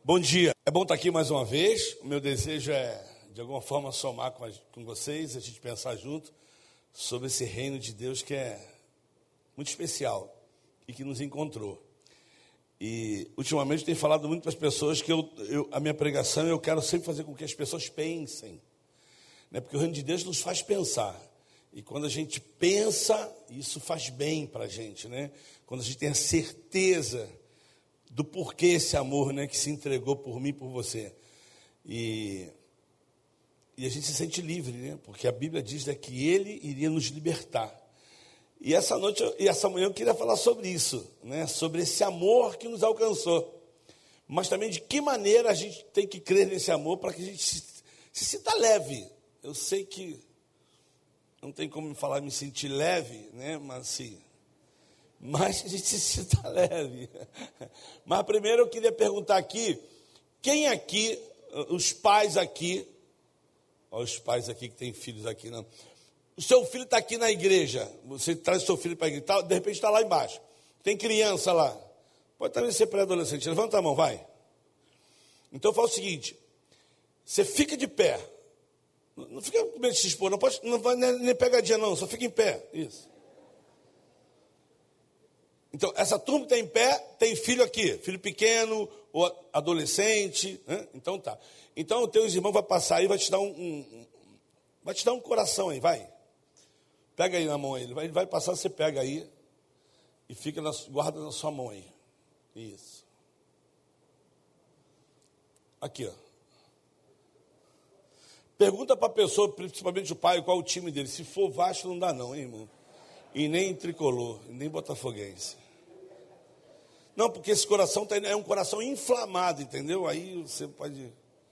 Bom dia, é bom estar aqui mais uma vez. O meu desejo é, de alguma forma, somar com vocês, a gente pensar junto sobre esse reino de Deus que é muito especial e que nos encontrou. E, ultimamente, eu tenho falado muito para as pessoas que a minha pregação eu quero sempre fazer com que as pessoas pensem, né? Porque o reino de Deus nos faz pensar. E quando a gente pensa, isso faz bem para a gente, né? Quando a gente tem a certeza do porquê esse amor, né, que se entregou por mim e por você. E a gente se sente livre, né? Porque a Bíblia diz, né, que Ele iria nos libertar. E essa manhã eu queria falar sobre isso, né? Sobre esse amor que nos alcançou. Mas também de que maneira a gente tem que crer nesse amor para que a gente se sinta leve. Eu sei que não tem como me falar me sentir leve, né? Mas a gente se sinta leve. Mas primeiro eu queria perguntar aqui, quem aqui, os pais aqui, olha os pais aqui que tem filhos aqui, não. O seu filho está aqui na igreja, você traz o seu filho para a igreja, de repente está lá embaixo, tem criança lá, pode também ser pré-adolescente, levanta a mão, vai. Então fala o seguinte, você fica de pé, não fica com medo de se expor, não vai nem pegadinha não, só fica em pé, isso. Então, essa turma que está em pé, tem filho aqui, filho pequeno, ou adolescente, né? Então tá. Então, os teus irmãos vão passar aí, vai te dar um coração aí, vai. Pega aí na mão aí, ele vai passar, você pega aí, e guarda na sua mão aí. Isso. Aqui, ó. Pergunta para a pessoa, principalmente o pai, qual é o time dele. Se for Vasco, não dá não, hein, irmão? E nem tricolor, nem botafoguense. Não, porque esse coração é um coração inflamado, entendeu? Aí você pode...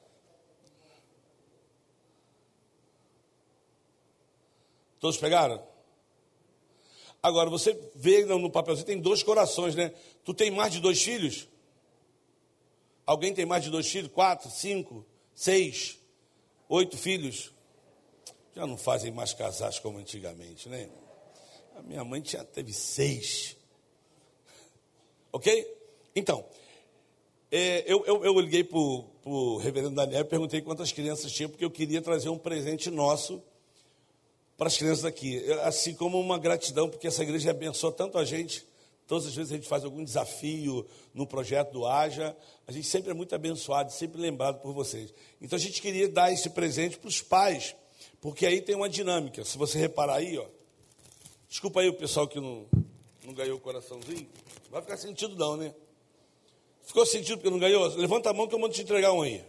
Todos pegaram? Agora, você vê no papelzinho, tem 2 corações, né? Tu tem mais de 2 filhos? Alguém tem mais de 2 filhos? 4, 5, 6, 8 filhos? Já não fazem mais casais como antigamente, né? A minha mãe teve 6. Ok? Então, eu liguei para o reverendo Daniel e perguntei quantas crianças tinha, porque eu queria trazer um presente nosso para as crianças aqui. Assim como uma gratidão, porque essa igreja abençoa tanto a gente. Todas as vezes a gente faz algum desafio no projeto do Haja. A gente sempre é muito abençoado, sempre lembrado por vocês. Então a gente queria dar esse presente para os pais, porque aí tem uma dinâmica. Se você reparar aí, ó. Desculpa aí o pessoal que não ganhou o coraçãozinho. Não vai ficar sentido não, né? Ficou sentido porque não ganhou? Levanta a mão que eu mando te entregar um aí.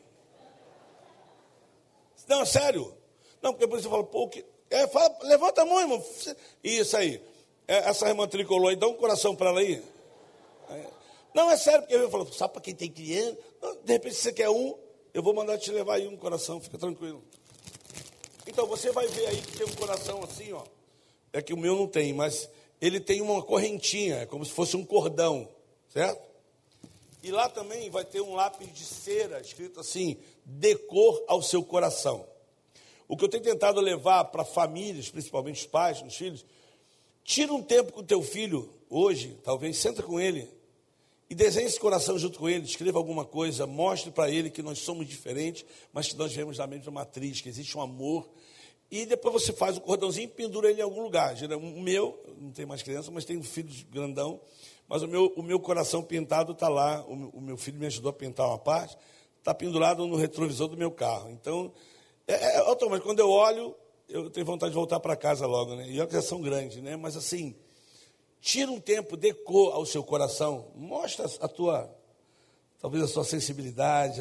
Não, é sério. Não, porque depois você fala, pô, levanta a mão, irmão. Isso aí. Essa irmã tricolor aí, dá um coração para ela aí. Não, é sério, porque eu falo, sabe para quem tem criança? De repente, se você quer um, eu vou mandar te levar aí um coração, fica tranquilo. Então, você vai ver aí que tem um coração assim, ó. É que o meu não tem, mas ele tem uma correntinha, é como se fosse um cordão, certo? E lá também vai ter um lápis de cera, escrito assim, dê cor ao seu coração. O que eu tenho tentado levar para famílias, principalmente os pais, os filhos, tira um tempo com o teu filho, hoje, talvez, senta com ele, e desenhe esse coração junto com ele, escreva alguma coisa, mostre para ele que nós somos diferentes, mas que nós viemos da mesma matriz, que existe um amor. E depois você faz o cordãozinho e pendura ele em algum lugar. O meu, não tem mais criança, mas tem um filho grandão. Mas o meu coração pintado está lá. O meu filho me ajudou a pintar uma parte. Está pendurado no retrovisor do meu carro. Então, automático. Quando eu olho, eu tenho vontade de voltar para casa logo, né? E olha que já são grandes, né? Mas assim, tira um tempo, dê cor ao seu coração. Mostra talvez a sua sensibilidade,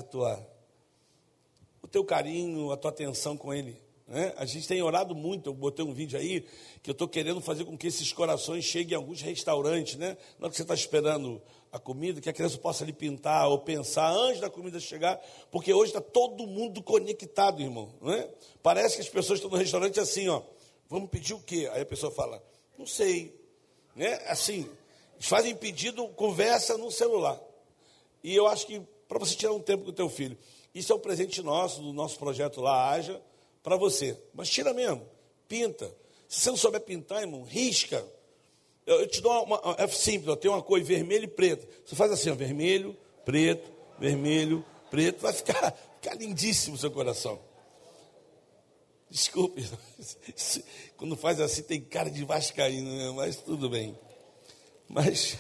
o teu carinho, a tua atenção com ele. A gente tem orado muito, eu botei um vídeo aí, que eu estou querendo fazer com que esses corações cheguem em alguns restaurantes, né? Na hora que você está esperando a comida, que a criança possa ali pintar ou pensar antes da comida chegar, porque hoje está todo mundo conectado, irmão, né? Parece que as pessoas estão no restaurante assim, ó, vamos pedir o quê? Aí a pessoa fala, não sei, né? Assim, eles fazem pedido, conversa no celular. E eu acho que para você tirar um tempo com o teu filho, isso é um presente nosso, do nosso projeto lá, Haja, para você, mas tira mesmo, pinta. Se você não souber pintar, irmão, risca. Eu te dou é simples, ó, tem uma cor vermelho e preto. Você faz assim, ó, vermelho, preto, vermelho, preto, vai ficar lindíssimo o seu coração. Desculpe, quando faz assim tem cara de vascaíno, né? Mas tudo bem. Mas,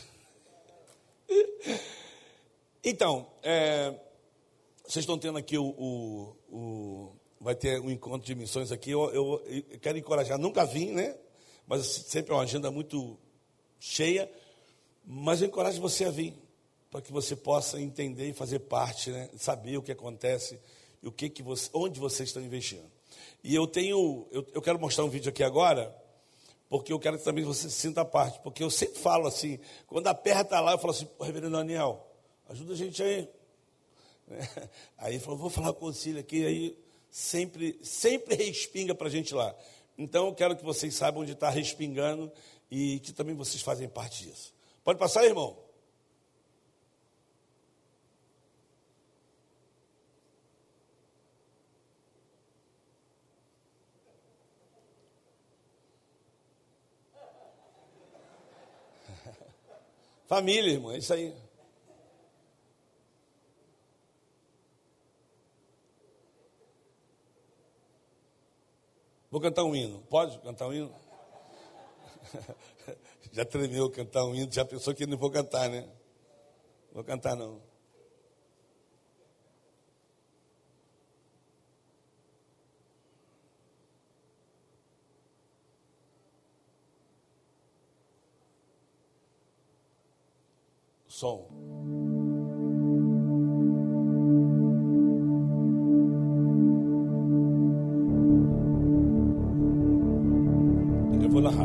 então, vocês estão tendo aqui vai ter um encontro de missões aqui, eu quero encorajar, nunca vim, né? Mas sempre é uma agenda muito cheia, mas eu encorajo você a vir, para que você possa entender e fazer parte, né? Saber o que acontece e onde vocês estão investindo. E eu quero mostrar um vídeo aqui agora, porque eu quero que também você se sinta parte, porque eu sempre falo assim, quando aperta lá, eu falo assim, reverendo Daniel, ajuda a gente aí. Aí ele falou, vou falar com o concílio aqui, aí sempre respinga para a gente lá. Então eu quero que vocês saibam onde está respingando e que também vocês fazem parte disso. Pode passar, irmão? Família, irmão, é isso aí. Vou cantar um hino. Pode cantar um hino? Já tremeu cantar um hino, já pensou que não vou cantar, né? Vou cantar não. Som. Eu vou narrar.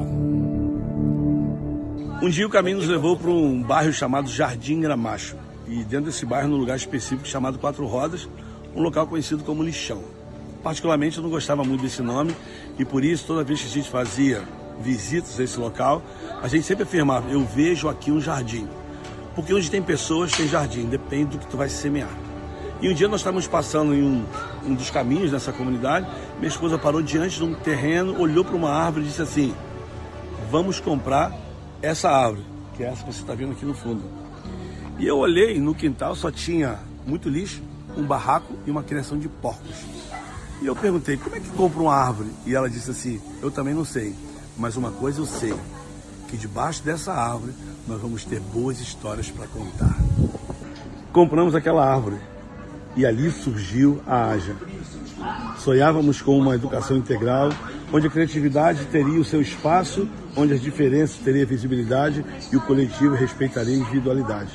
Um dia o caminho nos levou para um bairro chamado Jardim Gramacho. E dentro desse bairro, num lugar específico chamado Quatro Rodas, um local conhecido como Lixão. Particularmente eu não gostava muito desse nome e por isso toda vez que a gente fazia visitas a esse local, a gente sempre afirmava, eu vejo aqui um jardim. Porque onde tem pessoas, tem jardim, depende do que tu vai semear. E um dia nós estávamos passando em um dos caminhos dessa comunidade, minha esposa parou diante de um terreno, olhou para uma árvore e disse assim, vamos comprar essa árvore, que é essa que você está vendo aqui no fundo. E eu olhei, no quintal só tinha muito lixo, um barraco e uma criação de porcos. E eu perguntei, como é que compra uma árvore? E ela disse assim, eu também não sei, mas uma coisa eu sei, que debaixo dessa árvore nós vamos ter boas histórias para contar. Compramos aquela árvore e ali surgiu a AJA. Sonhávamos com uma educação integral, onde a criatividade teria o seu espaço, onde as diferenças teriam visibilidade e o coletivo respeitaria a individualidade.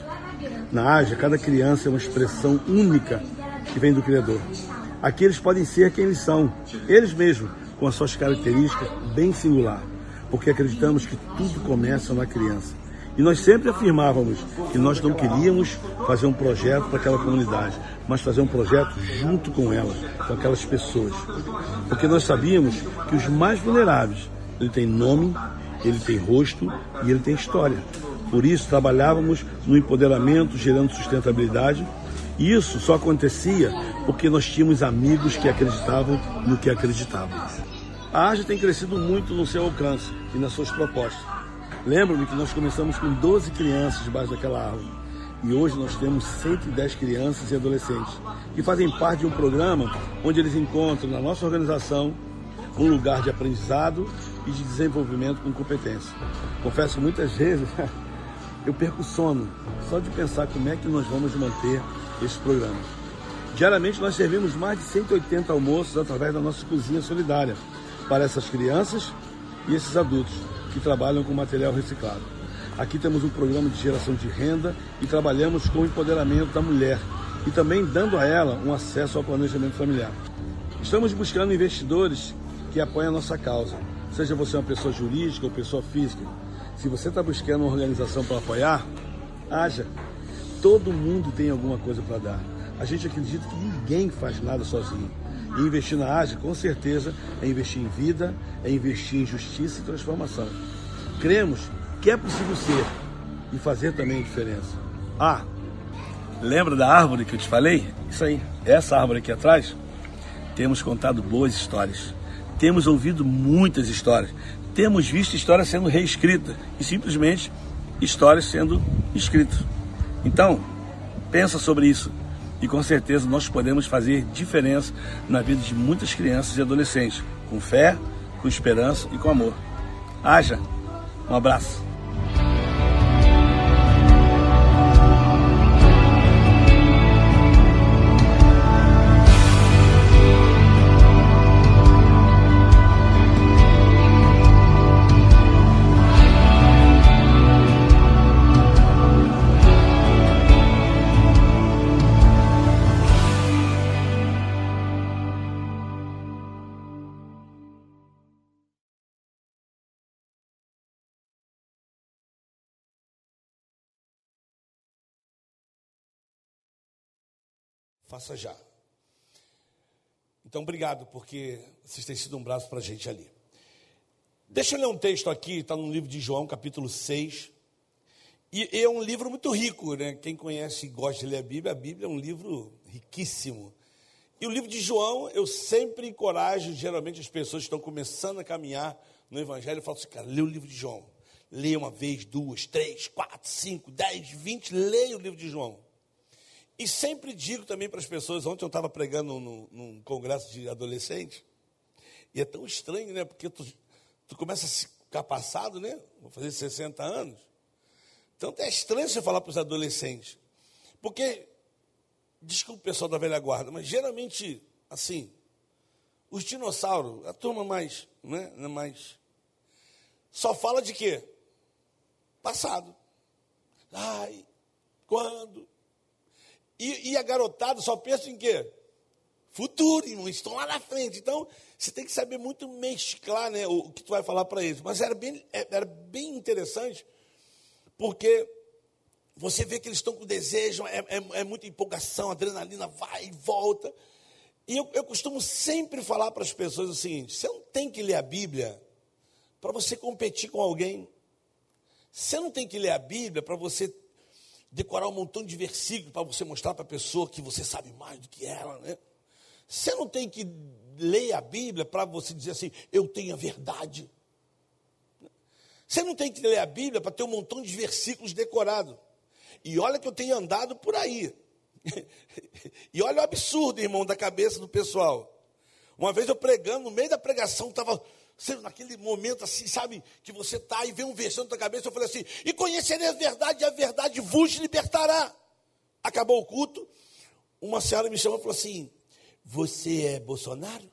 Na AJA, cada criança é uma expressão única que vem do Criador. Aqui eles podem ser quem eles são, eles mesmos, com as suas características bem singular, porque acreditamos que tudo começa na criança. E nós sempre afirmávamos que nós não queríamos fazer um projeto para aquela comunidade, mas fazer um projeto junto com elas, com aquelas pessoas. Porque nós sabíamos que os mais vulneráveis, ele tem nome, ele tem rosto e ele tem história. Por isso trabalhávamos no empoderamento, gerando sustentabilidade. E isso só acontecia porque nós tínhamos amigos que acreditavam no que acreditávamos. A AJA tem crescido muito no seu alcance e nas suas propostas. Lembro-me que nós começamos com 12 crianças debaixo daquela árvore. E hoje nós temos 110 crianças e adolescentes que fazem parte de um programa onde eles encontram na nossa organização um lugar de aprendizado e de desenvolvimento com competência. Confesso que muitas vezes eu perco sono só de pensar como é que nós vamos manter esses programas. Diariamente nós servimos mais de 180 almoços através da nossa cozinha solidária para essas crianças e esses adultos que trabalham com material reciclado. Aqui temos um programa de geração de renda e trabalhamos com o empoderamento da mulher e também dando a ela um acesso ao planejamento familiar. Estamos buscando investidores que apoiem a nossa causa, seja você uma pessoa jurídica ou pessoa física. Se você está buscando uma organização para apoiar, haja. Todo mundo tem alguma coisa para dar. A gente acredita que ninguém faz nada sozinho. E investir na AJA, com certeza, é investir em vida, é investir em justiça e transformação. Cremos que é possível ser e fazer também a diferença. Ah, lembra da árvore que eu te falei? Isso aí, essa árvore aqui atrás, temos contado boas histórias. Temos ouvido muitas histórias. Temos visto histórias sendo reescritas e simplesmente histórias sendo escritas. Então, pensa sobre isso. E com certeza nós podemos fazer diferença na vida de muitas crianças e adolescentes, com fé, com esperança e com amor. Haja! Um abraço! Faça já. Então, obrigado, porque vocês têm sido um braço para a gente ali. Deixa eu ler um texto aqui, está no livro de João, capítulo 6. E é um livro muito rico, né? Quem conhece e gosta de ler a Bíblia é um livro riquíssimo. E o livro de João, eu sempre encorajo, geralmente as pessoas que estão começando a caminhar no Evangelho, eu falo assim, cara, lê o livro de João. Leia uma vez, 2, 3, 4, 5, 10, 20, leia o livro de João. E sempre digo também para as pessoas, ontem eu estava pregando num congresso de adolescentes, e é tão estranho, né? Porque tu começa a ficar passado, né? Vou fazer 60 anos. Então é estranho você falar para os adolescentes. Porque, desculpa o pessoal da velha guarda, mas geralmente, assim, os dinossauros, a turma mais, né? Mais, só fala de quê? Passado. Ai, quando? E a garotada só pensa em quê? Futuro, irmão, estão lá na frente. Então, você tem que saber muito mesclar, né, o que tu vai falar para eles. Mas era bem interessante, porque você vê que eles estão com desejo, é muita empolgação, adrenalina vai e volta. E eu costumo sempre falar para as pessoas o seguinte, você não tem que ler a Bíblia para você competir com alguém. Você não tem que ler a Bíblia para você decorar um montão de versículos para você mostrar para a pessoa que você sabe mais do que ela, né? Você não tem que ler a Bíblia para você dizer assim, eu tenho a verdade. Você não tem que ler a Bíblia para ter um montão de versículos decorados. E olha que eu tenho andado por aí. E olha o absurdo, irmão, da cabeça do pessoal. Uma vez eu pregando, no meio da pregação, estava... naquele momento assim, sabe, que você está e vê um versículo na tua cabeça, eu falei assim, e conhecerei a verdade, e a verdade vos libertará. Acabou o culto, uma senhora me chamou e falou assim, você é Bolsonaro?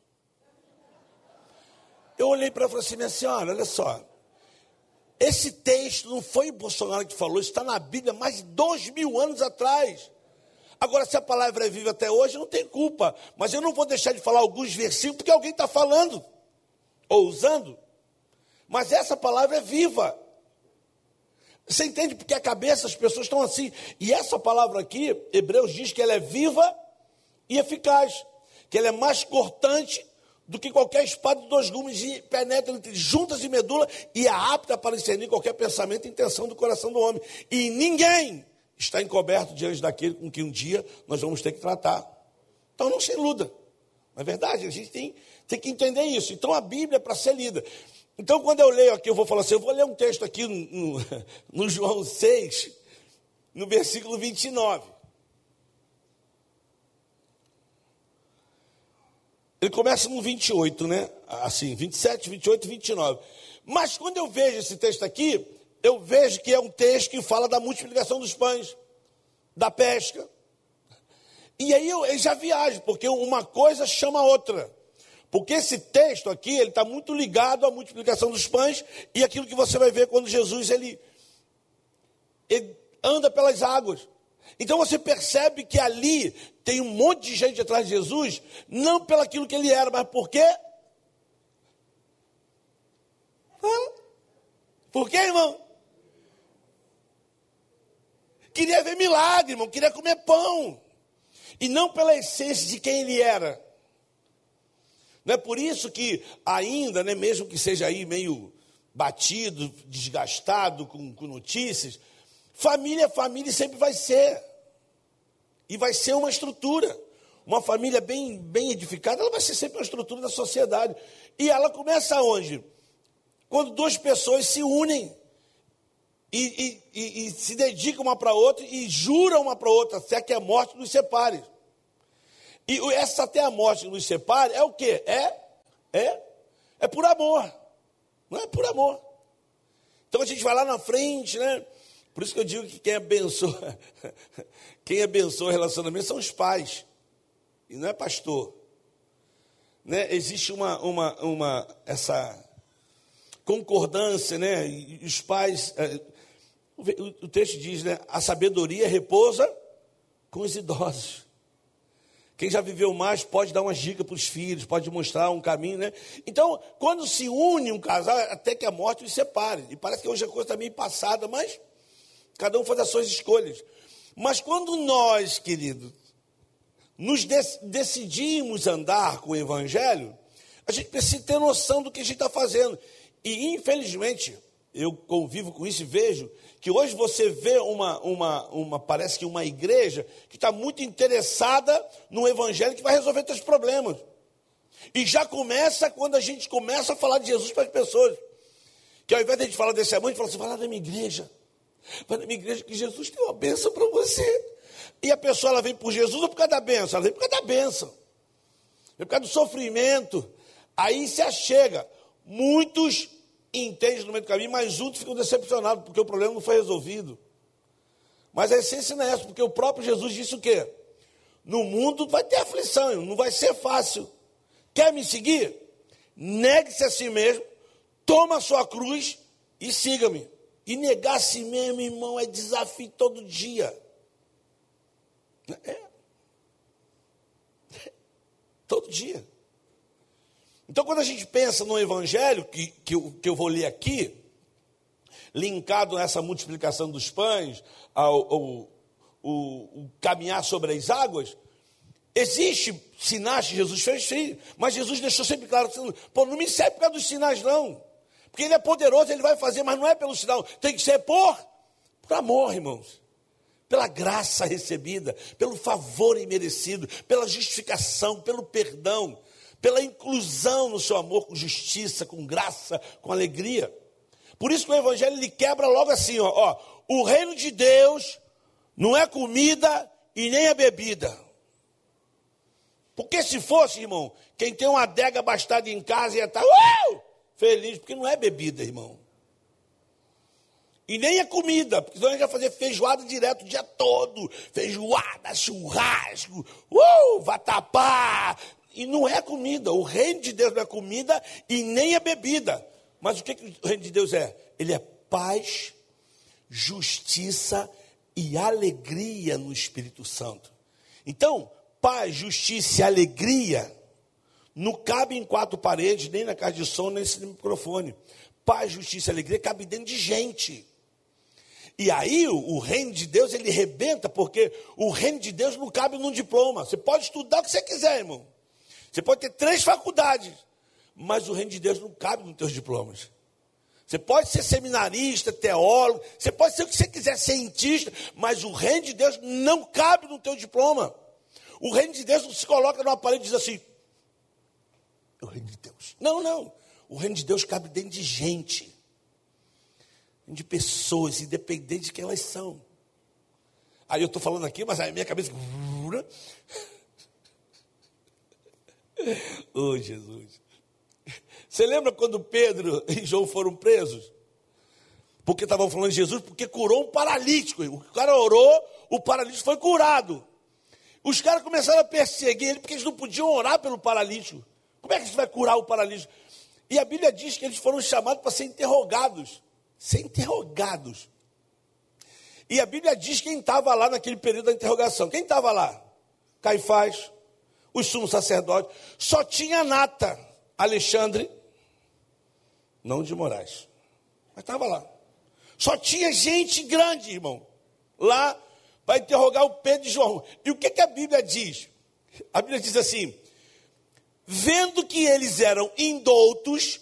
Eu olhei para ela e falei assim, minha senhora, olha só, esse texto não foi Bolsonaro que falou, isso está na Bíblia mais de 2000 anos atrás. Agora, se a palavra é viva até hoje, não tem culpa, mas eu não vou deixar de falar alguns versículos, porque alguém está falando. Ou usando, mas essa palavra é viva. Você entende porque a cabeça das pessoas estão assim. E essa palavra aqui, Hebreus diz que ela é viva e eficaz, que ela é mais cortante do que qualquer espada de 2 gumes e penetra entre juntas e medula e é apta para discernir qualquer pensamento e intenção do coração do homem. E ninguém está encoberto diante daquele com que um dia nós vamos ter que tratar. Então não se iluda. Não é verdade? A gente tem que entender isso. Então, a Bíblia é para ser lida. Então, quando eu leio aqui, eu vou falar assim, eu vou ler um texto aqui no João 6, no versículo 29. Ele começa no 28, né? Assim, 27, 28, 29. Mas, quando eu vejo esse texto aqui, eu vejo que é um texto que fala da multiplicação dos pães, da pesca. E aí eu já viajo, porque uma coisa chama a outra. Porque esse texto aqui, ele está muito ligado à multiplicação dos pães e aquilo que você vai ver quando Jesus ele anda pelas águas. Então você percebe que ali tem um monte de gente atrás de Jesus, não pelo aquilo que ele era, mas por quê? Por quê, irmão? Queria ver milagre, irmão, queria comer pão. E não pela essência de quem ele era. Não é por isso que ainda, né, mesmo que seja aí meio batido, desgastado com notícias, família é família e sempre vai ser. E vai ser uma estrutura. Uma família bem edificada, ela vai ser sempre uma estrutura da sociedade. E ela começa onde? Quando 2 pessoas se unem e se dedicam uma para a outra e juram uma para a outra, até que a morte nos separe. E essa até a morte que nos separe é o quê? É por amor. Não é por amor. Então a gente vai lá na frente, né? Por isso que eu digo que quem abençoa o relacionamento são os pais. E não é pastor. Né? Existe essa concordância, né? E os pais, o texto diz, né? A sabedoria repousa com os idosos. Quem já viveu mais pode dar umas dicas para os filhos, pode mostrar um caminho, né? Então, quando se une um casal, até que a morte os separe. E parece que hoje a coisa está meio passada, mas cada um faz as suas escolhas. Mas quando nós, querido, nos decidimos andar com o Evangelho, a gente precisa ter noção do que a gente está fazendo. E, infelizmente, eu convivo com isso e vejo que hoje você vê parece que uma igreja que está muito interessada no Evangelho que vai resolver teus problemas. E já começa quando a gente começa a falar de Jesus para as pessoas. Que ao invés de a gente falar desse amor, a gente fala assim, vai lá na minha igreja. Vai na minha igreja que Jesus tem uma bênção para você. E a pessoa, ela vem por Jesus ou por causa da bênção? Ela vem por causa da bênção. Vem por causa do sofrimento. Aí se achega. Muitos entendem no meio do caminho, mas outros ficam decepcionados, porque o problema não foi resolvido. Mas a essência não é essa, porque o próprio Jesus disse o quê? No mundo vai ter aflição, não vai ser fácil. Quer me seguir? Negue-se a si mesmo, toma a sua cruz e siga-me. E negar a si mesmo, irmão, é desafio todo dia. Todo dia. Então, quando a gente pensa no Evangelho, que eu vou ler aqui, linkado nessa multiplicação dos pães, o caminhar sobre as águas, existe sinais que Jesus fez, sim, mas Jesus deixou sempre claro, pô, não me serve por causa dos sinais, não. Porque ele é poderoso, ele vai fazer, mas não é pelo sinal, tem que ser por amor, irmãos. Pela graça recebida, pelo favor imerecido, pela justificação, pelo perdão, pela inclusão no seu amor com justiça, com graça, com alegria. Por isso que o Evangelho ele quebra logo assim, ó, o reino de Deus não é comida e nem é bebida. Porque se fosse, irmão, quem tem uma adega abastada em casa ia estar feliz, porque não é bebida, irmão. E nem é comida, porque senão a gente vai fazer feijoada direto o dia todo. Feijoada, churrasco, vatapá. E não é comida. O reino de Deus não é comida e nem é bebida. Mas o que o reino de Deus é? Ele é paz, justiça e alegria no Espírito Santo. Então, paz, justiça e alegria não cabe em quatro paredes, nem na caixa de som, nem nesse microfone. Paz, justiça e alegria cabe dentro de gente. E aí o reino de Deus, ele rebenta, porque o reino de Deus não cabe num diploma. Você pode estudar o que você quiser, irmão. Você pode ter 3 faculdades, mas o reino de Deus não cabe nos teus diplomas. Você pode ser seminarista, teólogo, você pode ser o que você quiser, cientista, mas o reino de Deus não cabe no teu diploma. O reino de Deus não se coloca numa parede e diz assim, o reino de Deus. Não. O reino de Deus cabe dentro de gente. De pessoas, independente de quem elas são. Aí eu estou falando aqui, mas a minha cabeça... Oh, Jesus. Você lembra quando Pedro e João foram presos? Porque estavam falando de Jesus, porque curou um paralítico. O cara orou, o paralítico foi curado. Os caras começaram a perseguir ele, porque eles não podiam orar pelo paralítico. Como é que a gente vai curar o paralítico? E a Bíblia diz que eles foram chamados para ser interrogados. Ser interrogados. E a Bíblia diz quem estava lá naquele período da interrogação. Quem estava lá? Caifás, os sumos sacerdotes. Só tinha nata. Alexandre, não de Moraes, mas estava lá. Só tinha gente grande, irmão, lá para interrogar o Pedro e João. E o que a Bíblia diz? A Bíblia diz assim, vendo que eles eram indoutos,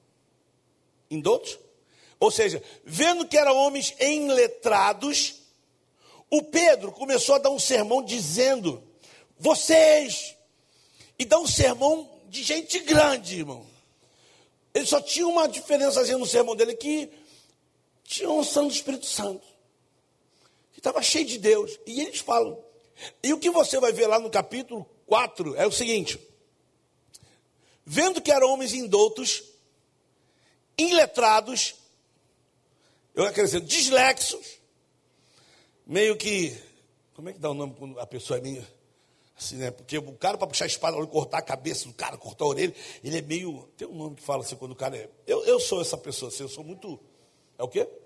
ou seja, vendo que eram homens enletrados, o Pedro começou a dar um sermão dizendo, vocês, e dá um sermão de gente grande, irmão. Ele só tinha uma diferençazinha no sermão dele, que tinha uma unção do Espírito Santo, que estava cheio de Deus, e eles falam, e o que você vai ver lá no capítulo 4 é o seguinte: vendo que eram homens indoutos, iletrados, eu acrescento, dislexos, meio que, como é que dá o nome quando a pessoa é meio assim, né? Porque o cara, para puxar a espada, cortar a cabeça do cara, cortar a orelha, ele é meio, tem um nome que fala assim, quando o cara é, eu sou essa pessoa assim, eu sou muito, é o quê?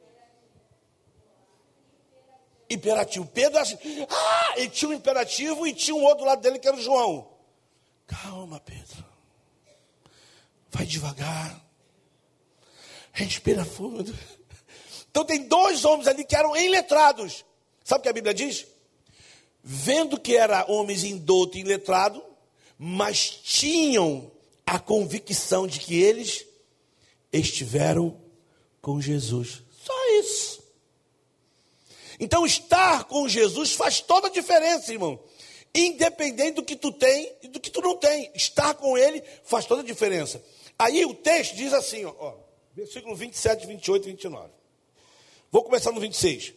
Imperativo. Pedro, assim, ele tinha um imperativo e tinha um outro do lado dele que era o João. Calma, Pedro. Vai devagar. Respira fundo. Então tem dois homens ali que eram iletrados. Sabe o que a Bíblia diz? Vendo que eram homens indoutos e iletrados, mas tinham a convicção de que eles estiveram com Jesus. Só isso. Então, estar com Jesus faz toda a diferença, irmão. Independente do que tu tem e do que tu não tem. Estar com Ele faz toda a diferença. Aí o texto diz assim, ó, versículo 27, 28 e 29. Vou começar no 26.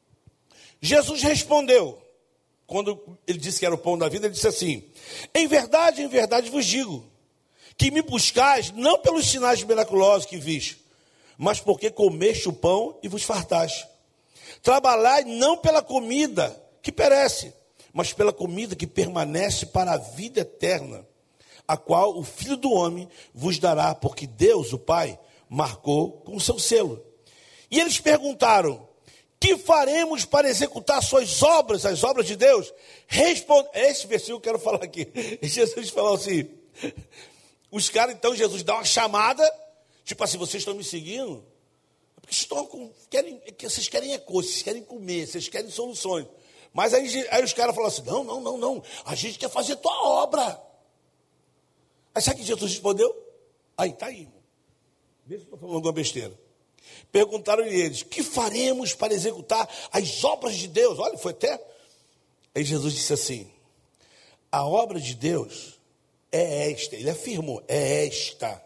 Jesus respondeu, quando ele disse que era o pão da vida, ele disse assim: em verdade vos digo, que me buscais não pelos sinais miraculosos que vis, mas porque comeste o pão e vos fartaste. Trabalhai não pela comida que perece, mas pela comida que permanece para a vida eterna, a qual o Filho do Homem vos dará, porque Deus, o Pai, marcou com o seu selo. E eles perguntaram: que faremos para executar suas obras, as obras de Deus? Esse versículo eu quero falar aqui. Jesus falou assim, os caras, então, Jesus dá uma chamada, tipo assim, vocês estão me seguindo? Porque vocês querem coisa, vocês querem comer, vocês querem soluções. Mas aí os caras falam assim, não, a gente quer fazer tua obra. Aí sabe que Jesus respondeu? Aí, tá aí, irmão. Vê se eu estou falando alguma besteira. Perguntaram-lhe eles: que faremos para executar as obras de Deus? Olha, foi até... Aí Jesus disse assim: a obra de Deus é esta. Ele afirmou, é esta: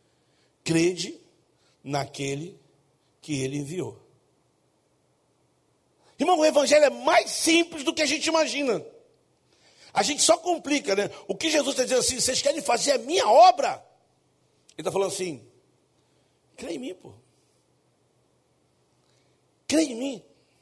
crede naquele que ele enviou. Irmão, o evangelho é mais simples do que a gente imagina. A gente só complica, né? O que Jesus está dizendo assim, vocês querem fazer a minha obra? Ele está falando assim, crê em mim, pô. Crê em mim.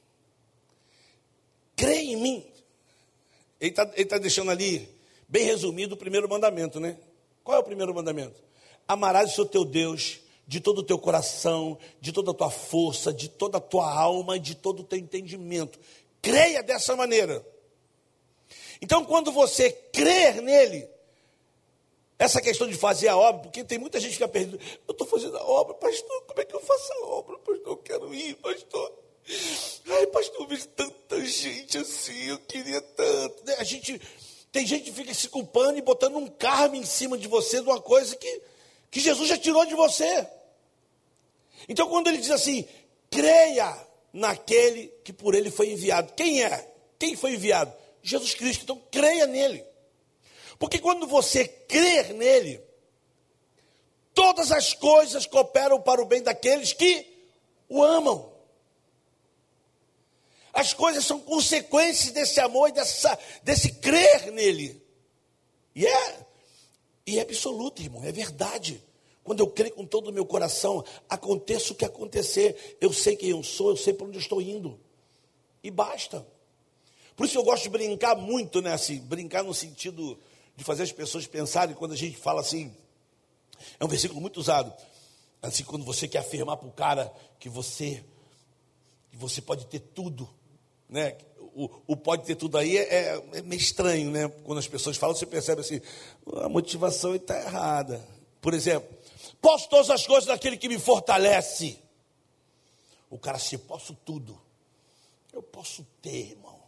Crê em mim. Ele está deixando ali, bem resumido, o primeiro mandamento, né? Qual é o primeiro mandamento? Amarás o Senhor teu Deus de todo o teu coração, de toda a tua força, de toda a tua alma e de todo o teu entendimento. Creia dessa maneira. Então, quando você crer nele, essa questão de fazer a obra, porque tem muita gente que fica perdida. Eu estou fazendo a obra, pastor, como é que eu faço a obra? Pastor, eu quero ir, pastor. Ai, pastor, eu vejo tanta gente assim, eu queria tanto. Tem gente que fica se culpando e botando um karma em cima de você de uma coisa que Jesus já tirou de você. Então, quando ele diz assim, creia naquele que por ele foi enviado. Quem é? Quem foi enviado? Jesus Cristo. Então, creia nele. Porque quando você crer nele, todas as coisas cooperam para o bem daqueles que o amam. As coisas são consequências desse amor e desse crer nele. E é absoluto, irmão, é verdade. Quando eu creio com todo o meu coração, aconteça o que acontecer, eu sei quem eu sou, eu sei para onde eu estou indo. E basta. Por isso eu gosto de brincar muito, né? Assim, brincar no sentido de fazer as pessoas pensarem, quando a gente fala assim, é um versículo muito usado, assim, quando você quer afirmar para o cara que você pode ter tudo, né? O pode ter tudo aí é meio estranho, né? Quando as pessoas falam, você percebe assim, a motivação está errada. Por exemplo, posso todas as coisas daquele que me fortalece. O cara assim, posso tudo. Eu posso ter, irmão.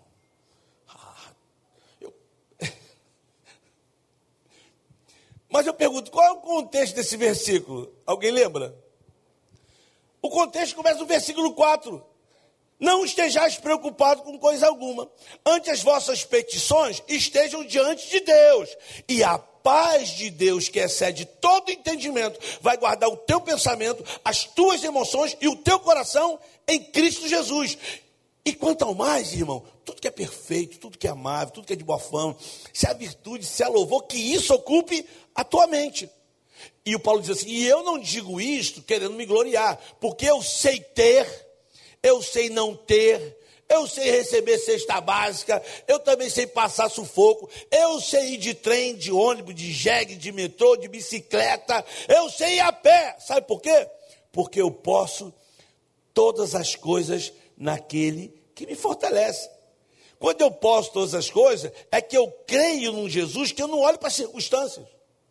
Mas eu pergunto, qual é o contexto desse versículo? Alguém lembra? O contexto começa no versículo 4. Não estejais preocupados com coisa alguma. Ante as vossas petições, estejam diante de Deus. E a paz de Deus, que excede todo entendimento, vai guardar o teu pensamento, as tuas emoções e o teu coração em Cristo Jesus. E quanto ao mais, irmão, tudo que é perfeito, tudo que é amável, tudo que é de boa fama, se há virtude, se há louvor, que isso ocupe a tua mente. E o Paulo diz assim, e eu não digo isto querendo me gloriar, porque eu sei ter, eu sei não ter, eu sei receber cesta básica, eu também sei passar sufoco, eu sei ir de trem, de ônibus, de jegue, de metrô, de bicicleta, eu sei ir a pé. Sabe por quê? Porque eu posso todas as coisas naquele que me fortalece. Quando eu posso todas as coisas, é que eu creio num Jesus que eu não olho para as circunstâncias.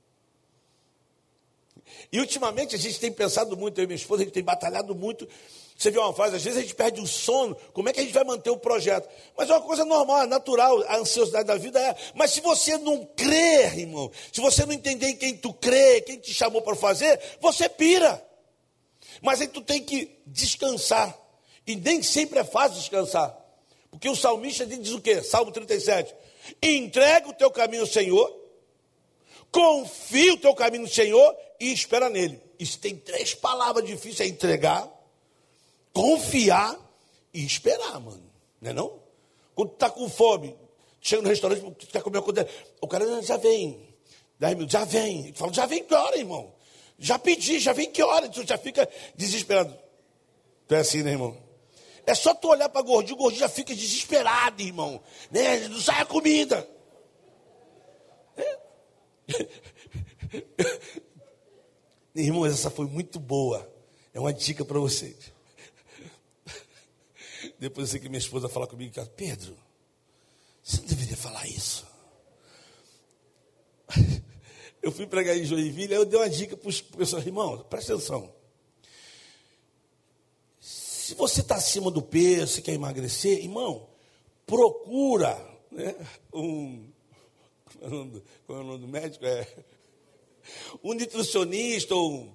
E ultimamente a gente tem pensado muito, eu e minha esposa, a gente tem batalhado muito. Você vê uma frase, às vezes a gente perde o sono, como é que a gente vai manter o projeto? Mas é uma coisa normal, é natural, a ansiosidade da vida é. Mas se você não crer, irmão, se você não entender em quem tu crê, quem te chamou para fazer, você pira. Mas aí tu tem que descansar. E nem sempre é fácil descansar. Porque o salmista diz o quê? Salmo 37. Entrega o teu caminho ao Senhor, confia o teu caminho no Senhor e espera nele. Isso tem 3 palavras difíceis, é entregar, confiar e esperar, mano. Não é não? Quando tu está com fome, chega no restaurante, tu quer comer uma coisa, o cara já vem. 10 minutos, já vem. Tu fala, já vem que hora, irmão? Já pedi, já vem que hora? Tu já fica desesperado. Tu é assim, né, irmão? É só tu olhar para gordinho, o gordinho já fica desesperado, irmão. Né? Não sai a comida. Irmãos, essa foi muito boa. É uma dica para vocês. Depois eu sei que minha esposa fala comigo, Pedro, você não deveria falar isso. Eu fui pregar em Joinville, aí eu dei uma dica para os pessoal, irmão, presta atenção. Se você está acima do peso, você quer emagrecer, irmão, procura, né, qual é o nome do médico? Um nutricionista ou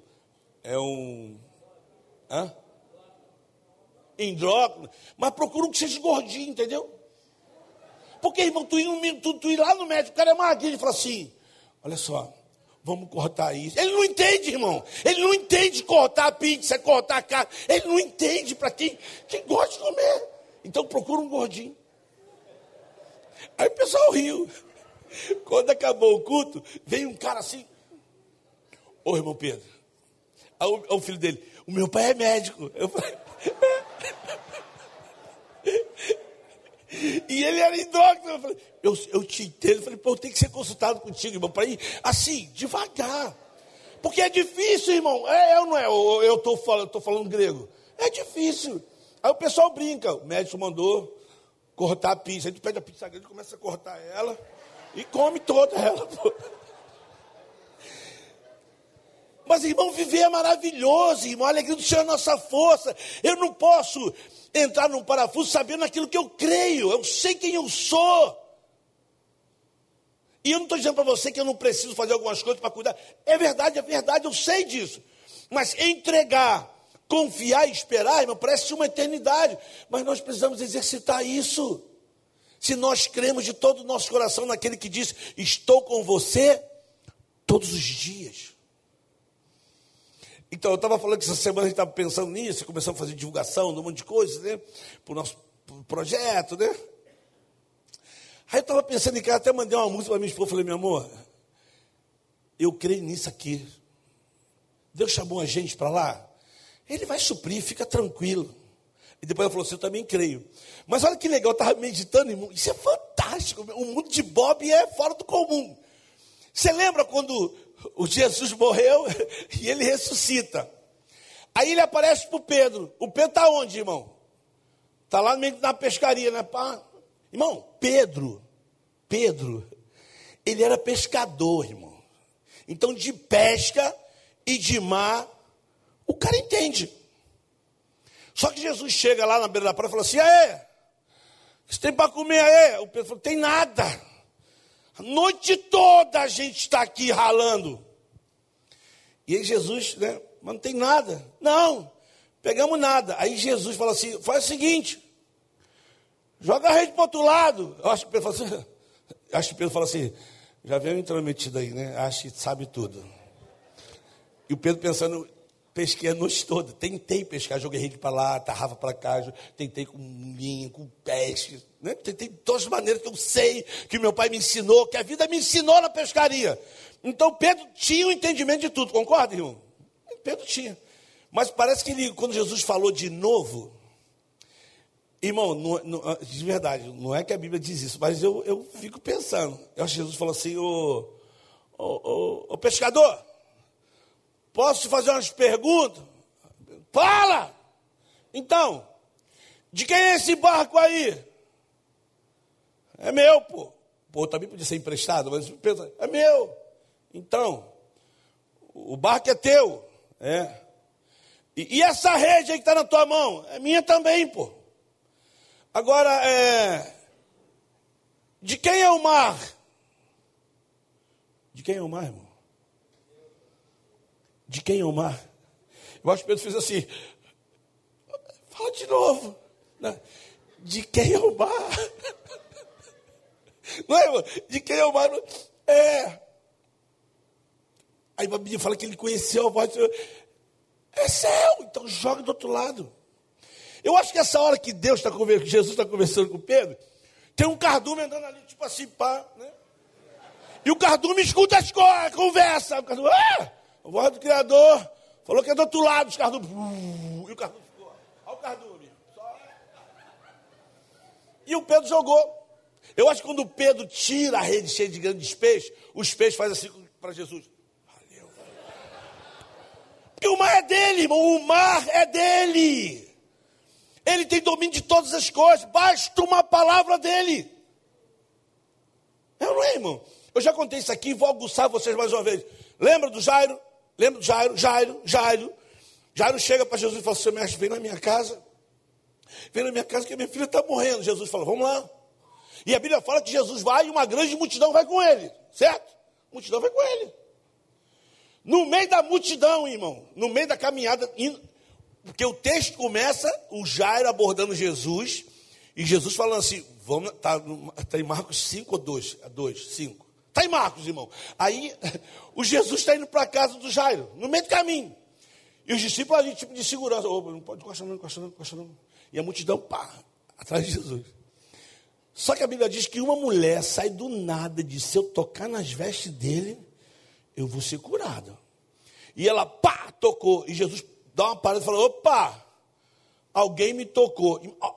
endócrino, mas procura um que seja gordinho, entendeu? Porque, irmão, tu ir lá no médico, o cara é magrinho, e fala assim, olha só, vamos cortar isso. Ele não entende, irmão. Ele não entende cortar a pizza, cortar a carne. Ele não entende para quem gosta de comer. Então procura um gordinho. Aí o pessoal riu. Quando acabou o culto, veio um cara assim. Ô, irmão Pedro. Aí o filho dele, o meu pai é médico. Eu falei... E ele era endócrino. Eu falei, eu te entendo. Eu falei, pô, eu tenho que ser consultado contigo, irmão, para ir assim, devagar. Porque é difícil, irmão. É ou não é? Eu estou falando grego. É difícil. Aí o pessoal brinca. O médico mandou cortar a pizza. Aí tu pede a pizza grande, começa a cortar ela e come toda ela. Pô. Mas, irmão, viver é maravilhoso, irmão. A alegria do Senhor é nossa força. Eu não posso entrar num parafuso sabendo aquilo que eu creio. Eu sei quem eu sou. E eu não estou dizendo para você que eu não preciso fazer algumas coisas para cuidar. É verdade, eu sei disso. Mas entregar, confiar e esperar, irmão, parece uma eternidade. Mas nós precisamos exercitar isso. Se nós cremos de todo o nosso coração naquele que diz, estou com você todos os dias. Então, eu estava falando que essa semana a gente estava pensando nisso, começamos a fazer divulgação de um monte de coisas, né? Para o nosso projeto, né? Aí eu estava pensando em casa, até mandei uma música para minha esposa, falei, meu amor, eu creio nisso aqui. Deus chamou a gente para lá, Ele vai suprir, fica tranquilo. E depois ela falou assim, eu também creio. Mas olha que legal, eu estava meditando, isso é fantástico, o mundo de Bob é fora do comum. Você lembra quando o Jesus morreu e ele ressuscita? Aí ele aparece para o Pedro. O Pedro está onde, irmão? Está lá meio na pescaria, né? Irmão, Pedro, ele era pescador, irmão. Então, de pesca e de mar, o cara entende. Só que Jesus chega lá na beira da praia e fala assim, aê, o que você tem para comer aí? O Pedro falou, tem nada. A noite toda a gente está aqui ralando. E aí Jesus, né, mas não tem nada. Não, pegamos nada. Aí Jesus fala assim, faz o seguinte, joga a rede para o outro lado. Eu acho que o Pedro fala assim, já veio intrometido aí, né? Acho que sabe tudo. E o Pedro pensando, Pesquei a noite toda, tentei pescar, joguei rede para lá, tarrafa para cá, tentei com linha, com peixe, né? Tentei de todas as maneiras que eu sei, que meu pai me ensinou, que a vida me ensinou na pescaria. Então Pedro tinha um entendimento de tudo, concorda, irmão? Pedro tinha. Mas parece que ele, quando Jesus falou de novo, irmão, de verdade, não é que a Bíblia diz isso, mas eu fico pensando. Eu acho que Jesus falou assim, ô pescador, posso te fazer umas perguntas? Fala! Então, de quem é esse barco aí? É meu, pô. Pô, também podia ser emprestado, mas pensa, é meu. Então, o barco é teu. É. E essa rede aí que está na tua mão? É minha também, pô. Agora, de quem é o mar? De quem é o mar, irmão? De quem é o mar? Eu acho que Pedro fez assim. Fala de novo. De quem é o mar? Não é, irmão? De quem é o mar? É. Aí a Bíblia fala que ele conheceu a voz do Senhor. É céu, então joga do outro lado. Eu acho que essa hora que Deus está conversando, que Jesus está conversando com Pedro, tem um cardume andando ali, tipo assim, pá, né? E o cardume escuta as coisas, conversa. O cardume, a voz do Criador, falou que é do outro lado, os cardumes, e o cardume ficou, olha o cardume. E o Pedro jogou. Eu acho que quando o Pedro tira a rede cheia de grandes peixes, os peixes fazem assim para Jesus. Valeu. Porque o mar é dele, irmão, o mar é dele. Ele tem domínio de todas as coisas, basta uma palavra dele. Não é, irmão? Eu já contei isso aqui, vou aguçar vocês mais uma vez. Lembra do Jairo? Lembra do Jairo? Jairo chega para Jesus e fala, seu mestre, vem na minha casa. Vem na minha casa que a minha filha está morrendo. Jesus fala, vamos lá. E a Bíblia fala que Jesus vai e uma grande multidão vai com ele. Certo? A multidão vai com ele. No meio da multidão, irmão, no meio da caminhada, porque o texto começa, o Jairo abordando Jesus, e Jesus falando assim, está em Marcos 5 ou 2? 5. Está em Marcos, irmão. Aí, o Jesus está indo para a casa do Jairo, no meio do caminho. E os discípulos ali, tipo de segurança, não pode encostar não. E a multidão, pá, atrás de Jesus. Só que a Bíblia diz que uma mulher sai do nada e diz, se eu tocar nas vestes dele, eu vou ser curada. E ela, pá, tocou. E Jesus dá uma parada e fala, opa, alguém me tocou.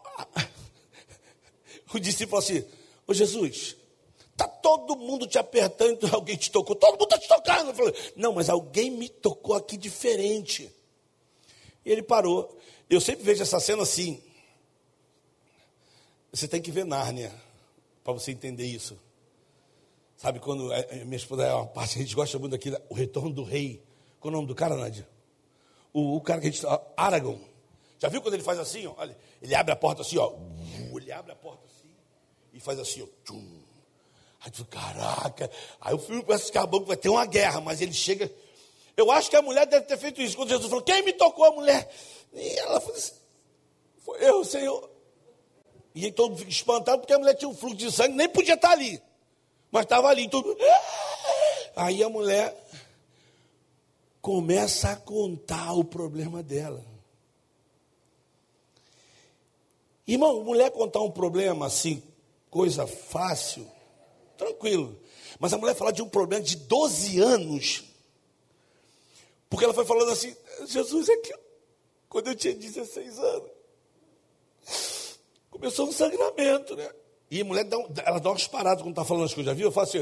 O discípulo falou assim, ô Jesus, está todo mundo te apertando, então alguém te tocou. Todo mundo está te tocando. Eu falei, não, mas alguém me tocou aqui diferente. E ele parou. Eu sempre vejo essa cena assim. Você tem que ver Nárnia para você entender isso. Sabe quando minha esposa é uma parte que a gente gosta muito daquilo, o Retorno do Rei. Qual é o nome do cara, Nádia? O cara que a gente... Aragorn. Já viu quando ele faz assim, ó? Olha, ele abre a porta assim, ó. Ele abre a porta assim e faz assim, ó. Tchum. Aí tu, caraca. Aí o filme parece que acabou que vai ter uma guerra, mas ele chega... Eu acho que a mulher deve ter feito isso. Quando Jesus falou, quem me tocou? A mulher. E ela falou assim, foi eu, Senhor. E aí todo mundo fica espantado porque a mulher tinha um fluxo de sangue, nem podia estar ali. Mas estava ali. Todo... Aí a mulher começa a contar o problema dela. Irmão, mulher contar um problema assim, coisa fácil, tranquilo. Mas a mulher falar de um problema de 12 anos. Porque ela foi falando assim, Jesus, é que quando eu tinha 16 anos, começou um sangramento, né? E a mulher ela dá umas paradas quando está falando as coisas, já viu? Eu falo assim.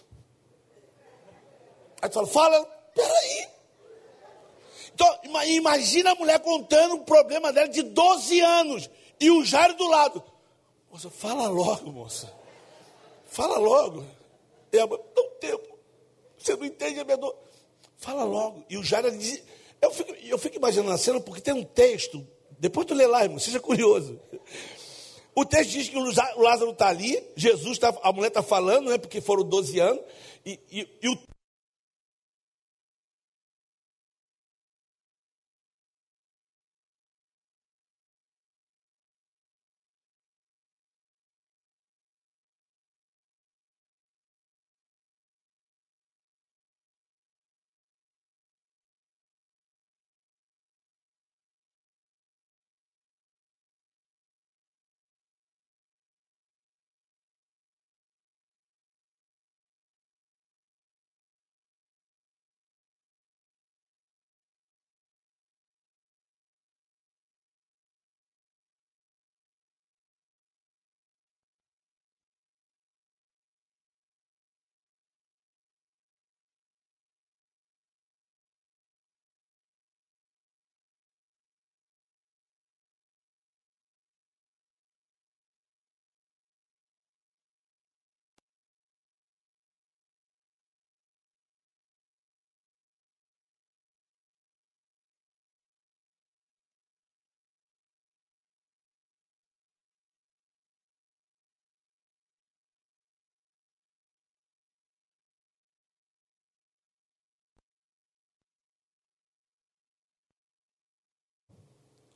Aí tu fala, peraí. Então, imagina a mulher contando um problema dela de 12 anos. E o Jairo do lado. Moça, fala logo, moça. Fala logo. E a mãe, não tempo. Você não entende a minha dor. Fala logo. E o Jairo diz. Eu fico imaginando a cena porque tem um texto. Depois tu lê lá, irmão, seja curioso. O texto diz que o Lázaro está ali, a mulher está falando, né, porque foram 12 anos, e o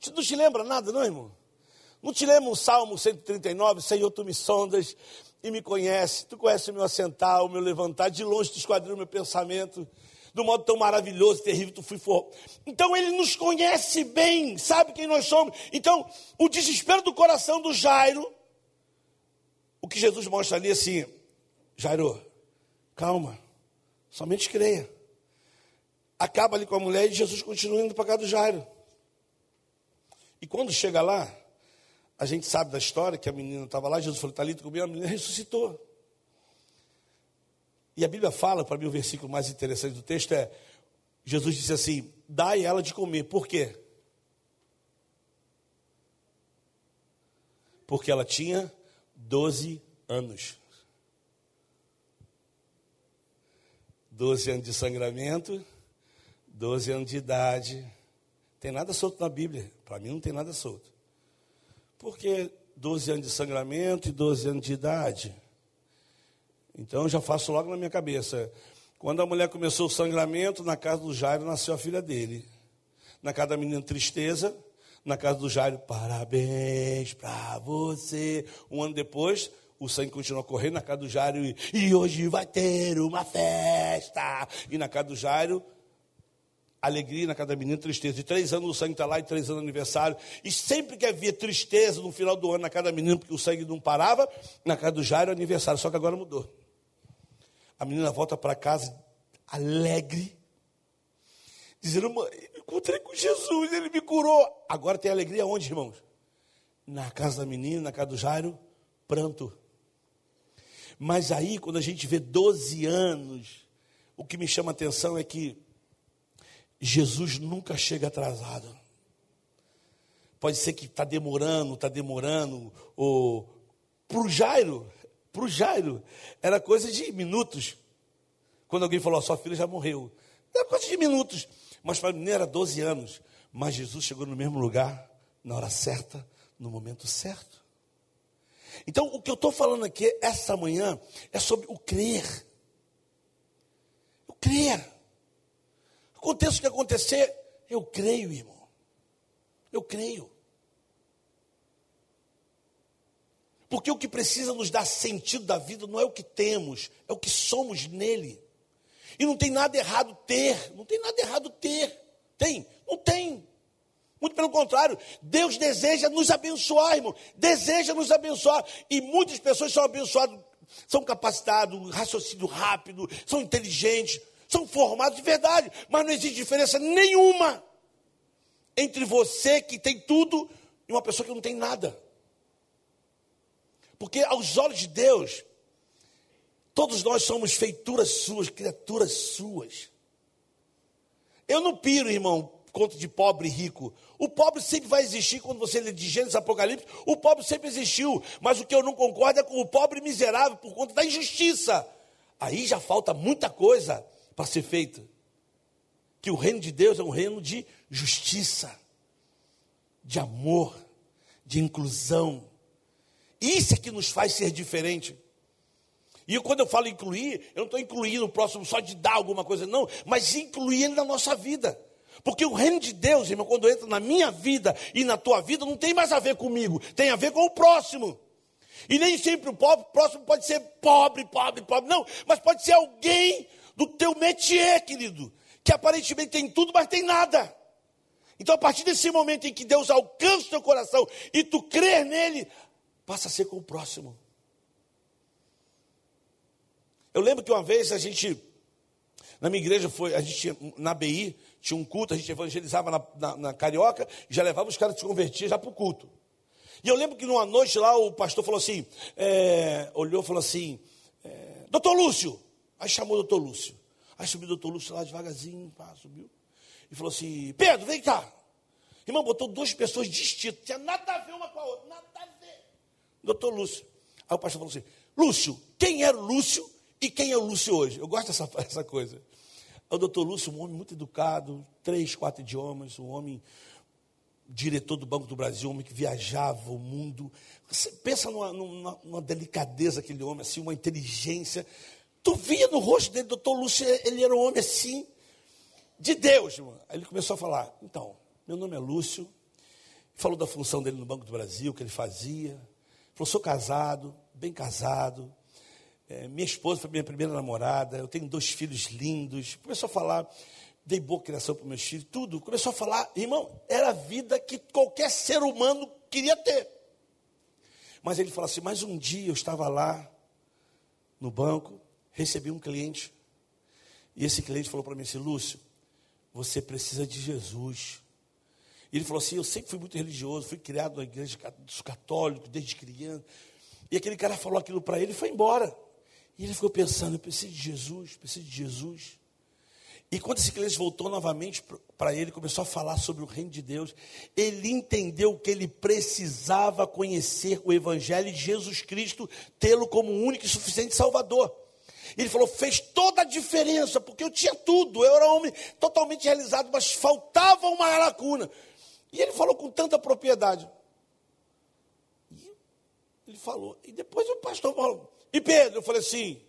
Não te lembra nada, não, irmão? Não te lembra o Salmo 139? Senhor, tu me sondas e me conheces. Tu conheces o meu assentar, o meu levantar. De longe tu esquadrinhas o meu pensamento. Do modo tão maravilhoso, terrível, tu fui for. Então ele nos conhece bem, sabe quem nós somos. Então, o desespero do coração do Jairo, o que Jesus mostra ali assim, Jairo, calma, somente creia. Acaba ali com a mulher e Jesus continua indo para casa do Jairo. E quando chega lá, a gente sabe da história que a menina estava lá, Jesus falou, Talita, comigo, a menina ressuscitou. E a Bíblia fala, para mim o versículo mais interessante do texto é, Jesus disse assim, dai ela de comer. Por quê? Porque ela tinha 12 anos. 12 anos de sangramento, 12 anos de idade. Tem nada solto na Bíblia. Para mim não tem nada solto. Por que 12 anos de sangramento e 12 anos de idade? Então eu já faço logo na minha cabeça. Quando a mulher começou o sangramento, na casa do Jairo nasceu a filha dele. Na casa da menina, tristeza. Na casa do Jairo, parabéns para você. Um ano depois, o sangue continua correndo na casa do Jairo. E hoje vai ter uma festa. E na casa do Jairo, alegria. Na casa da menina, tristeza. De 3 anos o sangue está lá, e 3 anos de aniversário. E sempre que havia tristeza no final do ano na casa da menina, porque o sangue não parava, na casa do Jairo, aniversário. Só que agora mudou. A menina volta para casa alegre, dizendo, mãe, encontrei com Jesus, ele me curou. Agora tem alegria onde, irmãos? Na casa da menina, na casa do Jairo, pranto. Mas aí, quando a gente vê 12 anos, o que me chama a atenção é que Jesus nunca chega atrasado. Pode ser que está demorando. Para o Jairo, era coisa de minutos. Quando alguém falou, sua filha já morreu. Era coisa de minutos. Mas para a menina era 12 anos. Mas Jesus chegou no mesmo lugar, na hora certa, no momento certo. Então, o que eu estou falando aqui, essa manhã, é sobre o crer. Eu crer. Aconteça o que acontecer, eu creio, irmão. Eu creio. Porque o que precisa nos dar sentido da vida não é o que temos, é o que somos nele. E não tem nada errado ter, não tem nada errado ter. Tem? Não tem. Muito pelo contrário, Deus deseja nos abençoar, irmão. Deseja nos abençoar. E muitas pessoas são abençoadas, são capacitados, raciocínio rápido, são inteligentes, são formados de verdade. Mas não existe diferença nenhuma entre você que tem tudo e uma pessoa que não tem nada. Porque aos olhos de Deus, todos nós somos feituras suas, criaturas suas. Eu não piro, irmão, conto de pobre e rico. O pobre sempre vai existir. Quando você lê de Gênesis, Apocalipse, o pobre sempre existiu. Mas o que eu não concordo é com o pobre miserável por conta da injustiça. Aí já falta muita coisa para ser feita. Que o reino de Deus é um reino de justiça, de amor, de inclusão. Isso é que nos faz ser diferente. E quando eu falo incluir, eu não estou incluindo o próximo só de dar alguma coisa, não. Mas incluir ele na nossa vida. Porque o reino de Deus, irmão, quando entra na minha vida e na tua vida, não tem mais a ver comigo. Tem a ver com o próximo. E nem sempre o próximo pode ser pobre. Não, mas pode ser alguém do teu métier, querido. Que aparentemente tem tudo, mas tem nada. Então, a partir desse momento em que Deus alcança o teu coração e tu crer nele, passa a ser com o próximo. Eu lembro que uma vez na minha igreja, na BI, tinha um culto, a gente evangelizava na Carioca, e já levava os caras que se convertiam já para o culto. E eu lembro que numa noite lá, o pastor falou assim, olhou e falou assim, doutor Lúcio, aí chamou o doutor Lúcio. Aí subiu o doutor Lúcio lá devagarzinho, subiu, e falou assim, Pedro, vem cá. Irmão, botou 2 pessoas distintas, tinha nada a ver uma com a outra, nada a ver. Doutor Lúcio. Aí o pastor falou assim, Lúcio, quem era o Lúcio e quem é o Lúcio hoje? Eu gosto dessa coisa. O doutor Lúcio, um homem muito educado, 3, 4 idiomas, um homem diretor do Banco do Brasil, um homem que viajava o mundo. Você pensa numa delicadeza aquele homem, assim, uma inteligência. Tu via no rosto dele, doutor Lúcio, ele era um homem assim, de Deus, irmão. Aí ele começou a falar, então, meu nome é Lúcio, Falou da função dele no Banco do Brasil, que ele fazia. Falou, sou casado, bem casado. Minha esposa foi minha primeira namorada. Eu tenho 2 filhos lindos. Começou a falar, dei boa criação para meus filhos, tudo. Começou a falar, irmão, era a vida que qualquer ser humano queria ter. Mas ele falou assim, mas um dia eu estava lá no banco, recebi um cliente. E esse cliente falou para mim assim, Lúcio, você precisa de Jesus. E ele falou assim, eu sempre fui muito religioso, fui criado na igreja dos católicos, desde criança. E aquele cara falou aquilo para ele e foi embora. E ele ficou pensando, eu preciso de Jesus, preciso de Jesus. E quando esse cliente voltou novamente para ele, começou a falar sobre o reino de Deus, ele entendeu que ele precisava conhecer o evangelho de Jesus Cristo, tê-lo como único e suficiente Salvador. Ele falou, fez toda a diferença, porque eu tinha tudo, eu era um homem totalmente realizado, mas faltava uma lacuna. E ele falou com tanta propriedade. E ele falou, e depois o pastor falou, e Pedro, eu falei assim,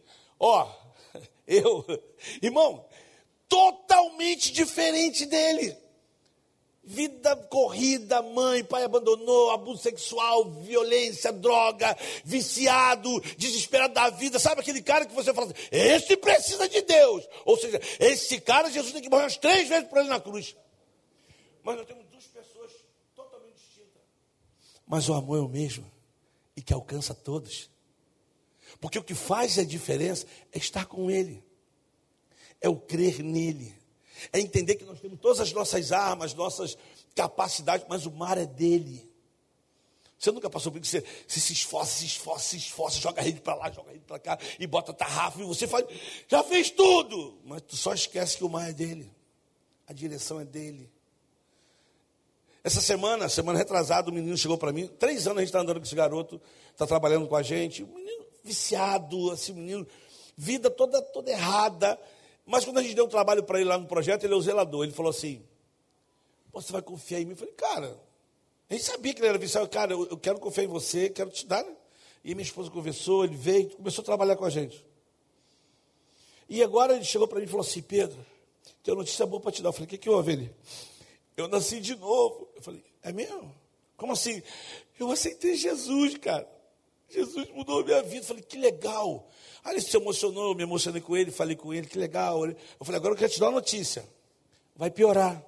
irmão, totalmente diferente dele. Vida corrida, mãe, pai abandonou, abuso sexual, violência, droga, viciado, desesperado da vida. Sabe aquele cara que você fala assim, esse precisa de Deus. Ou seja, esse cara, Jesus tem que morrer umas 3 vezes por ele na cruz. Mas nós temos 2 pessoas totalmente distintas. Mas o amor é o mesmo e que alcança todos. Porque o que faz a diferença é estar com ele. É o crer nele. É entender que nós temos todas as nossas armas, nossas capacidades, mas o mar é dele. Você nunca passou por isso, você se esforça, joga a rede para lá, joga a rede para cá, e bota tarrafa, e você faz, já fez tudo, mas tu só esquece que o mar é dele. A direção é dele. Essa semana retrasada, o menino chegou para mim, 3 anos a gente está andando com esse garoto, está trabalhando com a gente, um menino viciado, assim, menino, vida toda errada. Mas quando a gente deu um trabalho para ele lá no projeto, ele é o zelador. Ele falou assim, você vai confiar em mim? Eu falei, cara, a gente sabia que ele era viciado. Cara, eu quero confiar em você, quero te dar. Né? E minha esposa conversou, ele veio, começou a trabalhar com a gente. E agora ele chegou para mim e falou assim, Pedro, tenho uma notícia boa para te dar. Eu falei, o que houve? Ele? Eu nasci de novo. Eu falei, é mesmo? Como assim? Eu aceitei Jesus, cara. Jesus mudou a minha vida. Eu falei, que legal. Aí ele se emocionou, eu me emocionei com ele, falei com ele, que legal. Eu falei, agora eu quero te dar uma notícia. Vai piorar.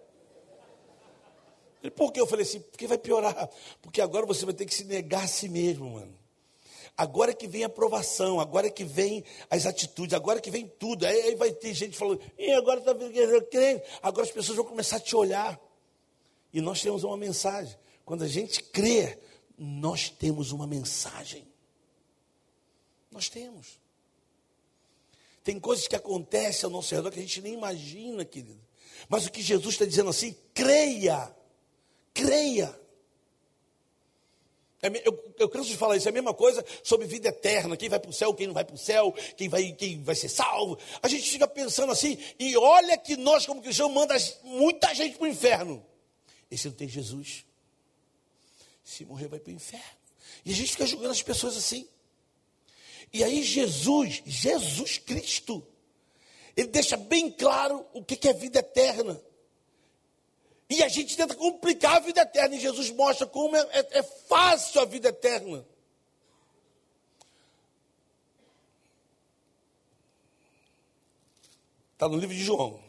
Ele, por quê? Eu falei assim, porque vai piorar. Porque agora você vai ter que se negar a si mesmo, mano. Agora é que vem a aprovação, agora é que vem as atitudes, agora é que vem tudo. Aí vai ter gente falando, e agora está crendo. Agora as pessoas vão começar a te olhar. E nós temos uma mensagem. Quando a gente crê, nós temos uma mensagem. Nós temos. Tem coisas que acontecem ao nosso redor que a gente nem imagina, querido. Mas o que Jesus está dizendo assim, creia. Creia. Eu canso de falar isso, é a mesma coisa sobre vida eterna, quem vai para o céu, quem não vai para o céu, quem vai ser salvo. A gente fica pensando assim, e olha que nós como cristãos mandamos muita gente para o inferno. Esse não tem Jesus. Se morrer vai para o inferno. E a gente fica julgando as pessoas assim. E aí Jesus Cristo, ele deixa bem claro o que é vida eterna. E a gente tenta complicar a vida eterna. E Jesus mostra como é fácil a vida eterna. Está no livro de João.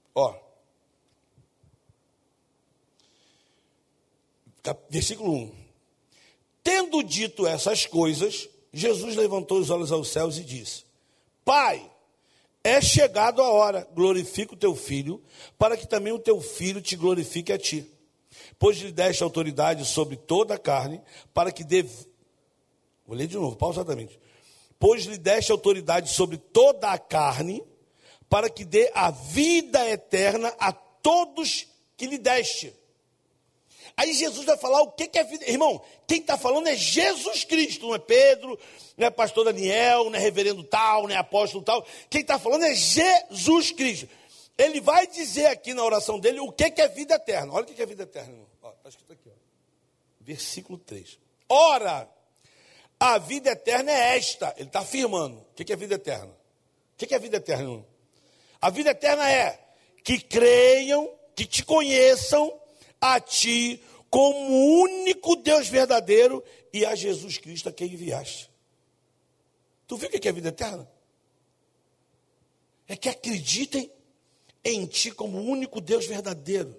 Versículo 1. Tendo dito essas coisas, Jesus levantou os olhos aos céus e disse, Pai, é chegado a hora, glorifica o teu filho, para que também o teu filho te glorifique a ti. Pois lhe deste autoridade sobre toda a carne, para que dê... Vou ler de novo, pausadamente. Pois lhe deste autoridade sobre toda a carne, para que dê a vida eterna a todos que lhe deste. Aí Jesus vai falar o que é vida. Irmão, quem está falando é Jesus Cristo, não é Pedro, não é pastor Daniel, não é reverendo tal, não é apóstolo tal. Quem está falando é Jesus Cristo. Ele vai dizer aqui na oração dele o que é vida eterna. Olha o que é vida eterna, irmão. Está escrito aqui, versículo 3. Ora, a vida eterna é esta. Ele está afirmando. O que é vida eterna? O que é vida eterna, irmão? A vida eterna é que creiam, que te conheçam, a ti como único Deus verdadeiro e a Jesus Cristo a quem enviaste. Tu viu o que é vida eterna? É que acreditem em ti como único Deus verdadeiro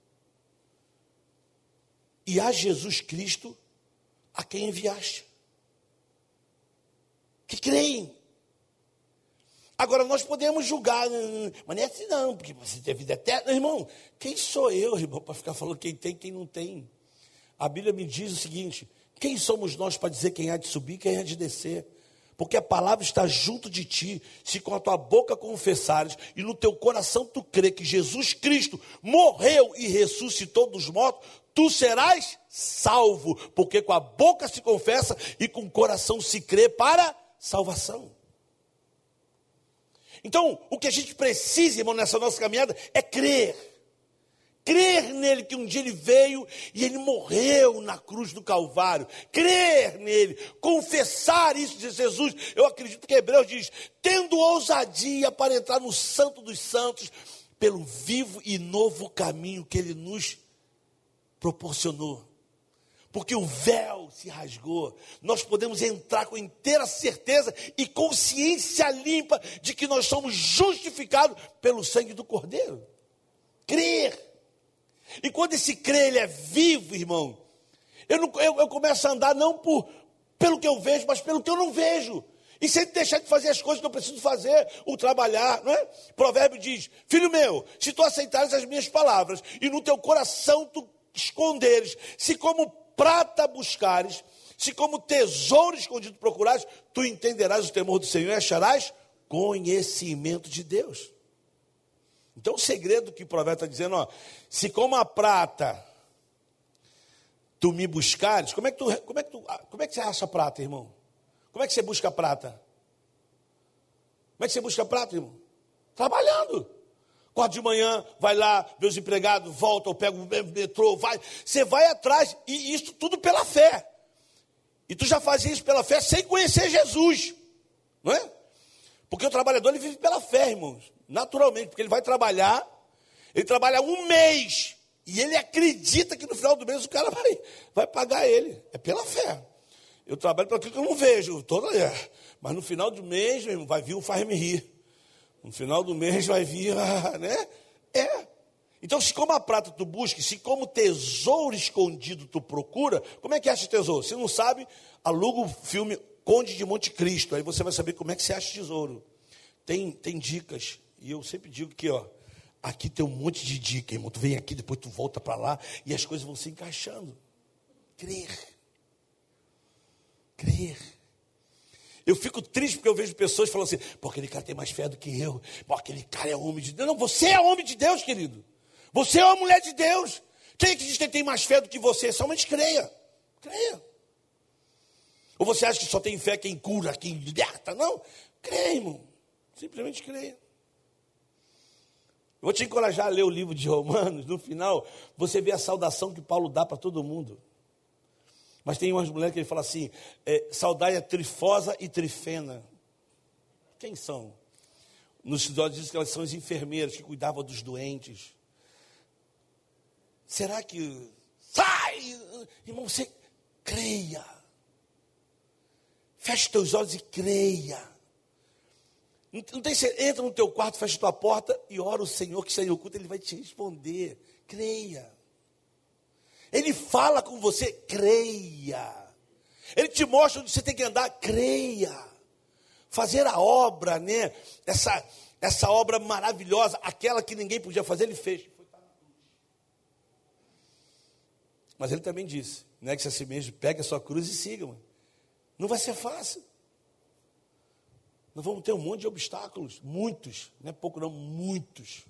e a Jesus Cristo a quem enviaste. Que creem. Agora nós podemos julgar, mas não é assim não, porque você tem vida eterna, irmão. Quem sou eu, irmão, para ficar falando quem tem e quem não tem? A Bíblia me diz o seguinte: quem somos nós para dizer quem há de subir e quem há de descer? Porque a palavra está junto de ti. Se com a tua boca confessares e no teu coração tu crê que Jesus Cristo morreu e ressuscitou dos mortos, tu serás salvo. Porque com a boca se confessa e com o coração se crê para salvação. Então, o que a gente precisa, irmão, nessa nossa caminhada é crer. Crer nele, que um dia ele veio e ele morreu na cruz do Calvário. Crer nele, confessar isso de Jesus. Eu acredito que Hebreus diz: tendo ousadia para entrar no Santo dos Santos, pelo vivo e novo caminho que ele nos proporcionou. Porque o véu se rasgou, nós podemos entrar com inteira certeza e consciência limpa de que nós somos justificados pelo sangue do Cordeiro. Crer. E quando esse crer ele é vivo, irmão, eu começo a andar não pelo que eu vejo, mas pelo que eu não vejo. E sem deixar de fazer as coisas que eu preciso fazer, o trabalhar, não é? Provérbio diz: filho meu, se tu aceitares as minhas palavras e no teu coração tu esconderes, se como prata buscares, se como tesouro escondido procurares, tu entenderás o temor do Senhor e acharás conhecimento de Deus. Então o segredo que o profeta está dizendo, ó, se como a prata tu me buscares, como é que você acha prata, irmão? Como é que você busca prata? Como é que você busca prata, irmão? Trabalhando. Acorda de manhã, vai lá, vê os empregados, volta, ou pega o metrô, vai. Você vai atrás, e isso tudo pela fé. E tu já fazia isso pela fé sem conhecer Jesus, não é? Porque o trabalhador ele vive pela fé, irmãos, naturalmente, porque ele vai trabalhar, ele trabalha um mês, e ele acredita que no final do mês o cara vai pagar ele, é pela fé. Eu trabalho para aquilo que eu não vejo, mas no final do mês, meu irmão, vai vir o faz-me rir. No final do mês vai vir, né? Então, se como a prata tu busca, se como tesouro escondido tu procura, como é que acha tesouro? Se não sabe, aluga o filme Conde de Monte Cristo, aí você vai saber como é que você acha tesouro. Tem dicas, e eu sempre digo que, ó, aqui tem um monte de dica, irmão. Tu vem aqui, depois tu volta para lá, e as coisas vão se encaixando. Crer. Eu fico triste porque eu vejo pessoas falando assim: pô, aquele cara tem mais fé do que eu, pô, aquele cara é homem de Deus. Não, você é homem de Deus, querido. Você é uma mulher de Deus. Quem é que diz que tem mais fé do que você? Somente creia. Ou você acha que só tem fé quem cura, quem liberta? Não, creia, irmão. Simplesmente creia. Eu vou te encorajar a ler o livro de Romanos. No final, você vê a saudação que Paulo dá para todo mundo. Mas tem umas mulheres que ele fala assim: saudai a Trifosa e Trifena. Quem são? Nos estudos diz que elas são as enfermeiras que cuidavam dos doentes. Será que... Sai! Irmão, você creia. Feche teus olhos e creia. Não tem, você entra no teu quarto, fecha tua porta e ora o Senhor que está em oculto, Ele vai te responder. Creia. Ele fala com você, creia. Ele te mostra onde você tem que andar, creia. Fazer a obra, né? Essa obra maravilhosa, aquela que ninguém podia fazer, Ele fez. Mas Ele também disse, negue-se a si mesmo, pegue a sua cruz e siga, mano. Não vai ser fácil. Nós vamos ter um monte de obstáculos, muitos, não é pouco não, muitos.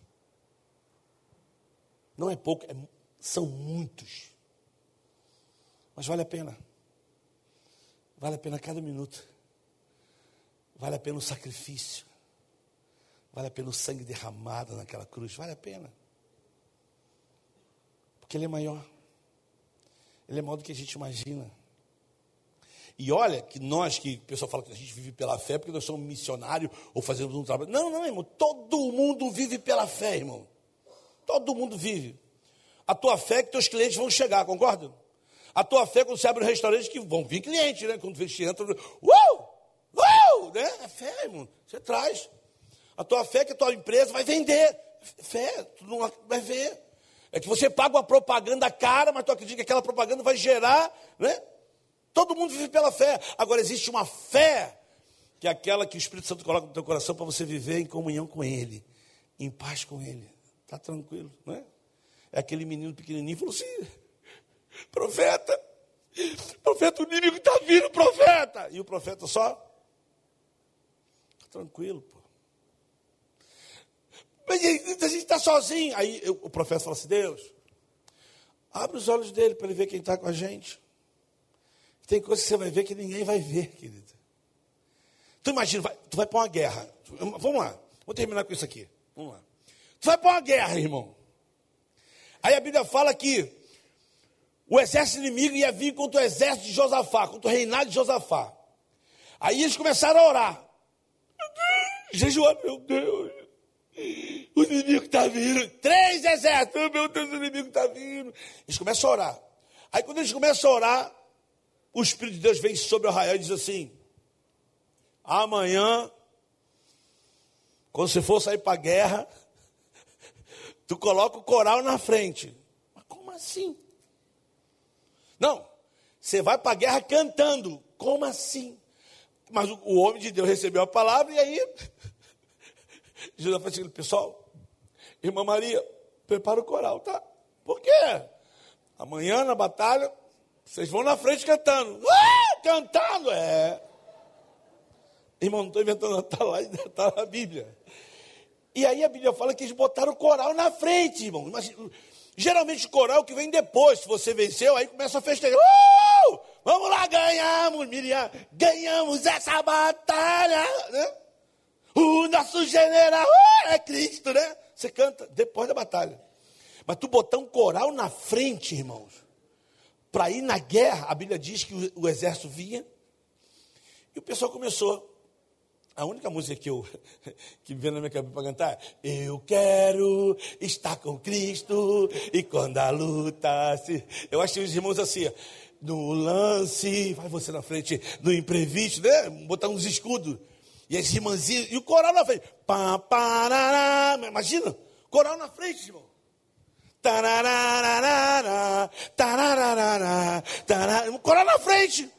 Não é pouco, são muitos. Mas vale a pena. Vale a pena cada minuto. Vale a pena o sacrifício. Vale a pena o sangue derramado naquela cruz. Vale a pena. Porque Ele é maior. Ele é maior do que a gente imagina. E olha que nós, que o pessoal fala que a gente vive pela fé, porque nós somos missionários ou fazemos um trabalho. Não, irmão. Todo mundo vive pela fé, irmão. Todo mundo vive. A tua fé é que teus clientes vão chegar, concorda? A tua fé é quando você abre um restaurante que vão vir clientes, né? Quando você entra, né? É fé, irmão. Você traz. A tua fé é que a tua empresa vai vender. Fé, tu não vai ver. É que você paga uma propaganda cara, mas tu acredita que aquela propaganda vai gerar, né? Todo mundo vive pela fé. Agora, existe uma fé, que é aquela que o Espírito Santo coloca no teu coração para você viver em comunhão com Ele, em paz com Ele. Está tranquilo, não é? É aquele menino pequenininho falou assim, profeta, o inimigo está vindo, profeta. E o profeta só, está tranquilo, pô. Mas a gente está sozinho. Aí o profeta fala assim, Deus, abre os olhos dele para ele ver quem está com a gente. Tem coisa que você vai ver que ninguém vai ver, querido. Tu imagina, tu vai para uma guerra. Vamos lá, vou terminar com isso aqui. Vamos lá. Tu vai para uma guerra, irmão. Aí a Bíblia fala que o exército inimigo ia vir contra o exército de Josafá, contra o reinado de Josafá. Aí eles começaram a orar. Jejuar, meu Deus. O inimigo está vindo. 3 exércitos. Oh, meu Deus, o inimigo está vindo. Eles começam a orar. Aí quando eles começam a orar, o Espírito de Deus vem sobre o arraial e diz assim, amanhã, quando você for sair para a guerra, tu coloca o coral na frente. Mas como assim? Não, você vai para a guerra cantando. Como assim? Mas o homem de Deus recebeu a palavra e aí, Jesus falou assim, pessoal, irmã Maria, prepara o coral, tá? Por quê? Amanhã na batalha, vocês vão na frente cantando. Cantando, é. Irmão, não estou inventando, está lá na Bíblia. E aí a Bíblia fala que eles botaram o coral na frente, irmão. Imagina, geralmente o coral que vem depois, se você venceu, aí começa a festejar. Vamos lá, ganhamos, Miriam, ganhamos essa batalha, né? O nosso general é Cristo, né? Você canta depois da batalha. Mas tu botar um coral na frente, irmãos, para ir na guerra, a Bíblia diz que o exército vinha, e o pessoal começou. A única música que me veio na minha cabeça para cantar, eu quero estar com Cristo, e quando a luta se... Eu acho que os irmãos assim, no lance, vai você na frente, no imprevisto, né? Botar uns escudos, e as irmãzinhas, e o coral na frente, pá, parará, imagina, coral na frente, irmão. Tarararara, tarararara, tararara, coral na frente.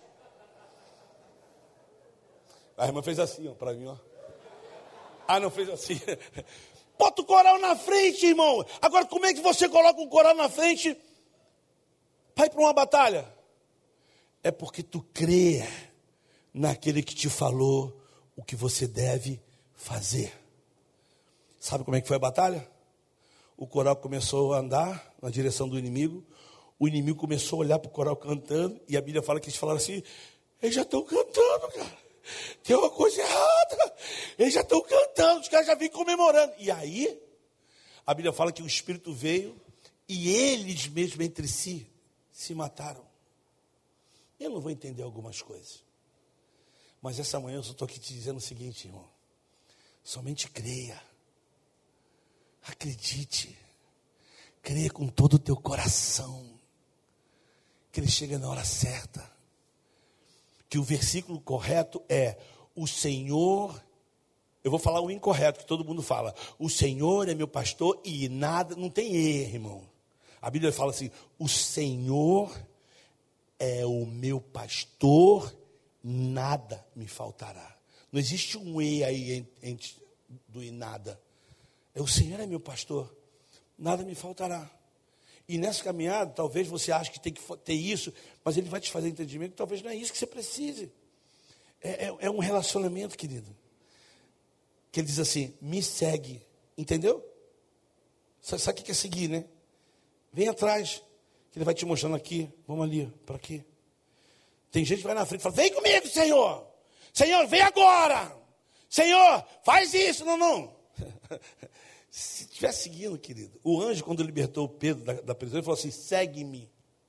A irmã fez assim, ó, para mim, ó. Ah, não fez assim. Bota o coral na frente, irmão. Agora, como é que você coloca um coral na frente para ir para uma batalha? É porque tu crê naquele que te falou o que você deve fazer. Sabe como é que foi a batalha? O coral começou a andar na direção do inimigo. O inimigo começou a olhar para o coral cantando. E a Bíblia fala que eles falaram assim, eles já estão cantando, cara. Tem uma coisa errada. Eles já estão cantando, os caras já vêm comemorando. E aí, a Bíblia fala que o Espírito veio e eles mesmos entre si se mataram. Eu não vou entender algumas coisas. Mas essa manhã eu só estou aqui te dizendo o seguinte, irmão. Somente creia. Acredite. Creia com todo o teu coração. Que ele chega na hora certa. Que o versículo correto é, o Senhor, eu vou falar o incorreto, que todo mundo fala, o Senhor é meu pastor e nada, não tem erro, irmão. A Bíblia fala assim, o Senhor é o meu pastor, nada me faltará. Não existe um E aí entre do e nada. O Senhor é meu pastor, nada me faltará. E nessa caminhada, talvez você ache que tem que ter isso, mas ele vai te fazer entendimento que talvez não é isso que você precise. É um relacionamento, querido. Que ele diz assim, me segue. Entendeu? Sabe o que é seguir, né? Vem atrás, que ele vai te mostrando aqui, vamos ali, para aqui. Tem gente que vai na frente e fala, vem comigo, Senhor. Senhor, vem agora. Senhor, faz isso. Não. Se estiver seguindo, querido, o anjo, quando libertou o Pedro da prisão, ele falou assim, segue-me.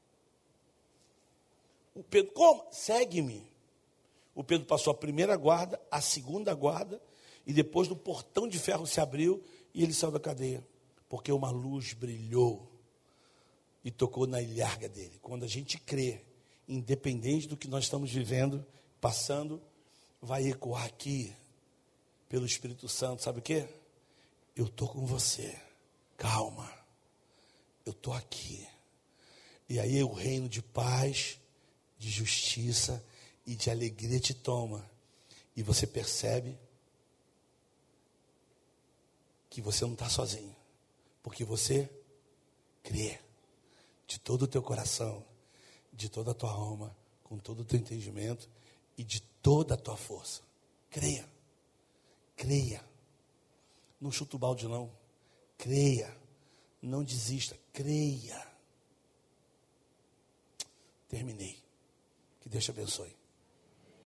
O Pedro, como? Segue-me. O Pedro passou a primeira guarda, a segunda guarda, e depois do portão de ferro se abriu, e ele saiu da cadeia, porque uma luz brilhou e tocou na ilharga dele. Quando a gente crê, independente do que nós estamos vivendo, passando, vai ecoar aqui pelo Espírito Santo, sabe o quê? Eu estou com você, calma, eu estou aqui. E aí o reino de paz, de justiça e de alegria te toma. E você percebe que você não está sozinho, porque você crê de todo o teu coração, de toda a tua alma, com todo o teu entendimento e de toda a tua força. Creia, creia, não chuta o balde não, creia, não desista, creia. Terminei, que Deus te abençoe.